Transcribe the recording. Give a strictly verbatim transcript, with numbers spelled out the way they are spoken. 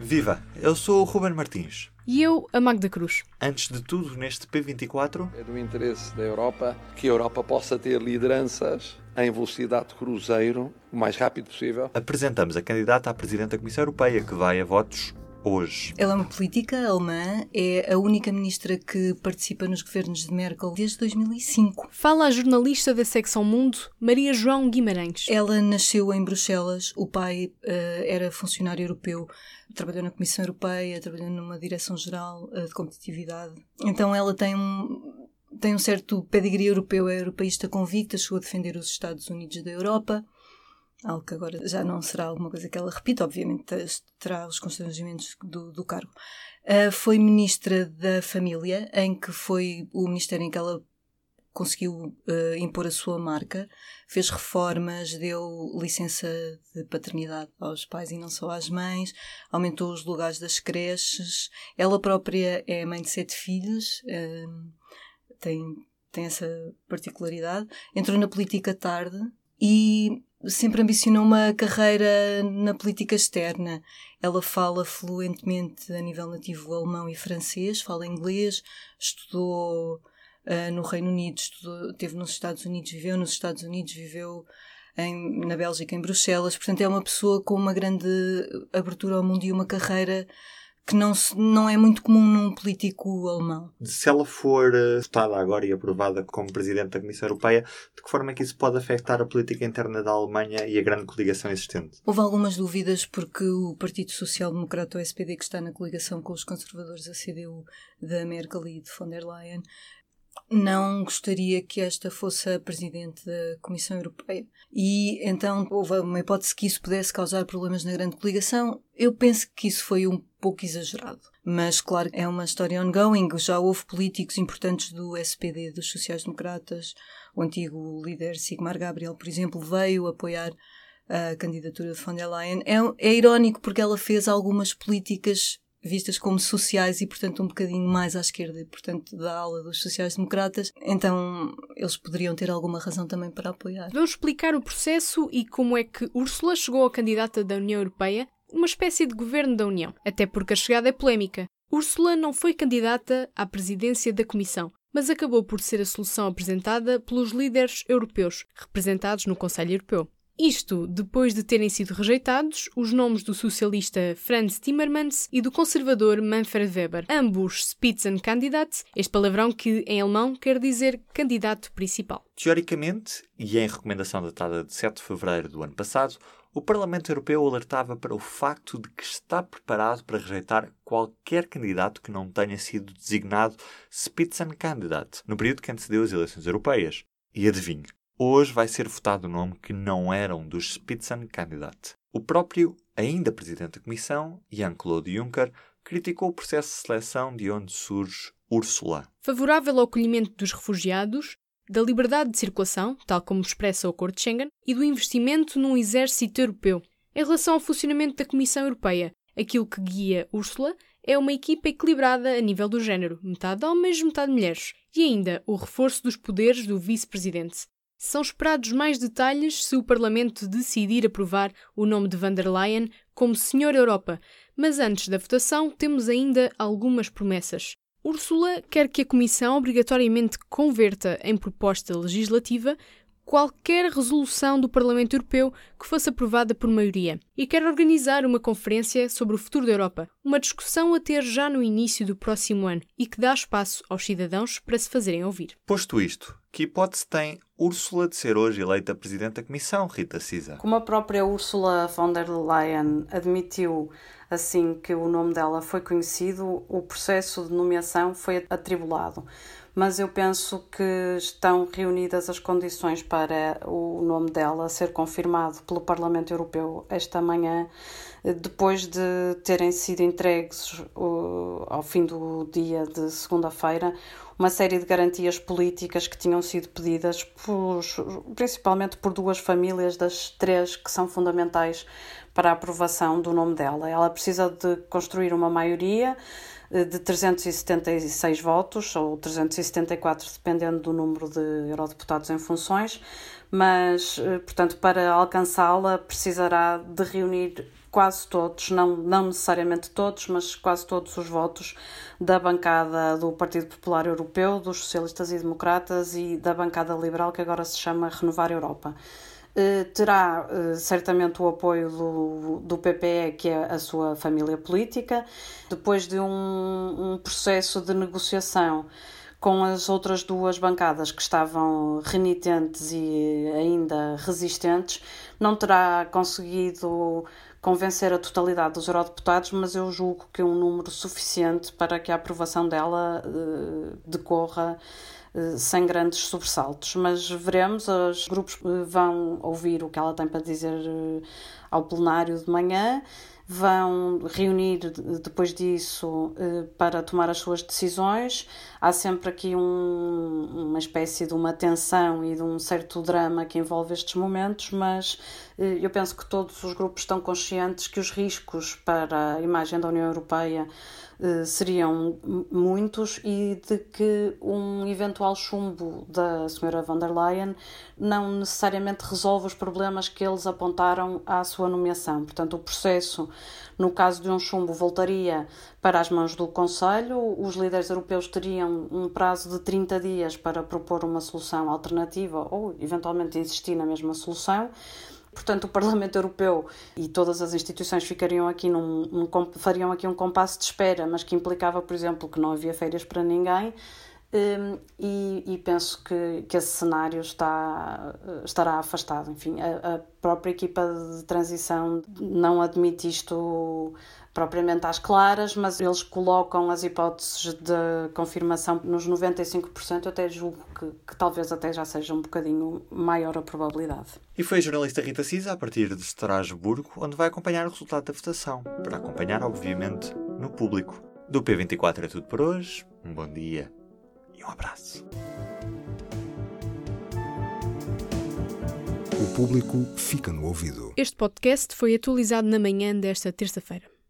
Viva! Eu sou o Ruben Martins. E eu, a Magda Cruz. Antes de tudo, neste P vinte e quatro... É do interesse da Europa que a Europa possa ter lideranças em velocidade de cruzeiro o mais rápido possível. Apresentamos a candidata à Presidente da Comissão Europeia, que vai a votos hoje. Ela é uma política alemã, é a única ministra que participa nos governos de Merkel desde dois mil e cinco. Fala a jornalista da secção Mundo, Maria João Guimarães. Ela nasceu em Bruxelas, o pai uh, era funcionário europeu, trabalhou na Comissão Europeia, trabalhou numa direção-geral uh, de competitividade. Então ela tem um, tem um certo pedigree europeu, é europeísta convicta, chegou a defender os Estados Unidos da Europa. Algo que agora já não será alguma coisa que ela repita, obviamente terá os constrangimentos do, do cargo. Uh, foi ministra da Família, em que foi o ministério em que ela conseguiu uh, impor a sua marca, fez reformas, deu licença de paternidade aos pais e não só às mães, aumentou os lugares das creches. Ela própria é mãe de sete filhos, uh, tem, tem essa particularidade. Entrou na política tarde e sempre ambicionou uma carreira na política externa. Ela fala fluentemente a nível nativo alemão e francês, fala inglês, estudou uh, no Reino Unido, estudou, esteve nos Estados Unidos, viveu nos Estados Unidos, viveu em, na Bélgica, em Bruxelas. Portanto, é uma pessoa com uma grande abertura ao mundo e uma carreira que não, se, não é muito comum num político alemão. Se ela for uh, votada agora e aprovada como Presidente da Comissão Europeia, de que forma é que isso pode afetar a política interna da Alemanha e a grande coligação existente? Houve algumas dúvidas porque o Partido Social Democrata, o S P D, que está na coligação com os conservadores, a C D U, da Merkel e de von der Leyen, não gostaria que esta fosse a Presidente da Comissão Europeia. E então houve uma hipótese que isso pudesse causar problemas na grande coligação. Eu penso que isso foi um pouco exagerado. Mas, claro, é uma história ongoing. Já houve políticos importantes do S P D, dos sociais-democratas. O antigo líder Sigmar Gabriel, por exemplo, veio apoiar a candidatura de von der Leyen. É, é irónico porque ela fez algumas políticas vistas como sociais e, portanto, um bocadinho mais à esquerda, e, portanto, da ala dos sociais-democratas. Então, eles poderiam ter alguma razão também para apoiar. Vamos explicar o processo e como é que Ursula chegou a candidata da União Europeia, uma espécie de governo da União, até porque a chegada é polémica. Ursula não foi candidata à presidência da Comissão, mas acabou por ser a solução apresentada pelos líderes europeus, representados no Conselho Europeu. Isto depois de terem sido rejeitados os nomes do socialista Franz Timmermans e do conservador Manfred Weber, ambos Spitzenkandidat, este palavrão que em alemão quer dizer candidato principal. Teoricamente, e em recomendação datada de sete de fevereiro do ano passado, o Parlamento Europeu alertava para o facto de que está preparado para rejeitar qualquer candidato que não tenha sido designado Spitzenkandidat no período que antecedeu as eleições europeias. E adivinhe, hoje vai ser votado o nome que não era um dos Spitzenkandidat. O próprio, ainda Presidente da Comissão, Jean-Claude Juncker, criticou o processo de seleção de onde surge Ursula. Favorável ao acolhimento dos refugiados, da liberdade de circulação, tal como expressa o Acordo de Schengen, e do investimento num exército europeu. Em relação ao funcionamento da Comissão Europeia, aquilo que guia Ursula é uma equipa equilibrada a nível do género, metade homens, metade mulheres, e ainda o reforço dos poderes do vice-presidente. São esperados mais detalhes se o Parlamento decidir aprovar o nome de von der Leyen como Senhora Europa, mas antes da votação temos ainda algumas promessas. Ursula quer que a Comissão obrigatoriamente converta em proposta legislativa qualquer resolução do Parlamento Europeu que fosse aprovada por maioria e quer organizar uma conferência sobre o futuro da Europa, uma discussão a ter já no início do próximo ano e que dá espaço aos cidadãos para se fazerem ouvir. Posto isto, que hipótese tem Ursula de ser hoje eleita Presidente da Comissão, Rita Cisa? Como a própria Ursula von der Leyen admitiu assim que o nome dela foi conhecido, o processo de nomeação foi atribulado. Mas eu penso que estão reunidas as condições para o nome dela ser confirmado pelo Parlamento Europeu esta manhã, depois de terem sido entregues ao fim do dia de segunda-feira uma série de garantias políticas que tinham sido pedidas por, principalmente por duas famílias das três que são fundamentais para a aprovação do nome dela. Ela precisa de construir uma maioria de trezentos e setenta e seis votos, ou trezentos e setenta e quatro, dependendo do número de eurodeputados em funções, mas, portanto, para alcançá-la precisará de reunir quase todos, não, não necessariamente todos, mas quase todos os votos da bancada do Partido Popular Europeu, dos Socialistas e Democratas e da bancada liberal, que agora se chama Renovar Europa. Uh, terá uh, certamente o apoio do, do P P E, que é a sua família política, depois de um, um processo de negociação com as outras duas bancadas que estavam renitentes e ainda resistentes, não terá conseguido convencer a totalidade dos eurodeputados, mas eu julgo que é um número suficiente para que a aprovação dela uh, decorra uh, sem grandes sobressaltos. Mas veremos, os grupos vão ouvir o que ela tem para dizer uh, ao plenário de manhã, vão reunir depois disso uh, para tomar as suas decisões. Há sempre aqui um, uma espécie de uma tensão e de um certo drama que envolve estes momentos, mas uh, eu penso que todos os grupos estão conscientes que os riscos para a imagem da União Europeia uh, seriam muitos e de que um eventual chumbo da senhora von der Leyen não necessariamente resolve os problemas que eles apontaram à sua nomeação. Portanto, o processo, no caso de um chumbo, voltaria para as mãos do Conselho. Os líderes europeus teriam um prazo de trinta dias para propor uma solução alternativa ou, eventualmente, insistir na mesma solução. Portanto, o Parlamento Europeu e todas as instituições ficariam aqui num, num, fariam aqui um compasso de espera, mas que implicava, por exemplo, que não havia férias para ninguém. Um, e, e penso que, que esse cenário está, estará afastado. Enfim, a, a própria equipa de transição não admite isto propriamente às claras, mas eles colocam as hipóteses de confirmação nos noventa e cinco por cento. Eu até julgo que, que talvez até já seja um bocadinho maior a probabilidade. E foi a jornalista Rita Cisa, a partir de Estrasburgo, onde vai acompanhar o resultado da votação, para acompanhar, obviamente, no público. Do P vinte e quatro é tudo por hoje. Um bom dia. Um abraço. O público fica no ouvido. Este podcast foi atualizado na manhã desta terça-feira.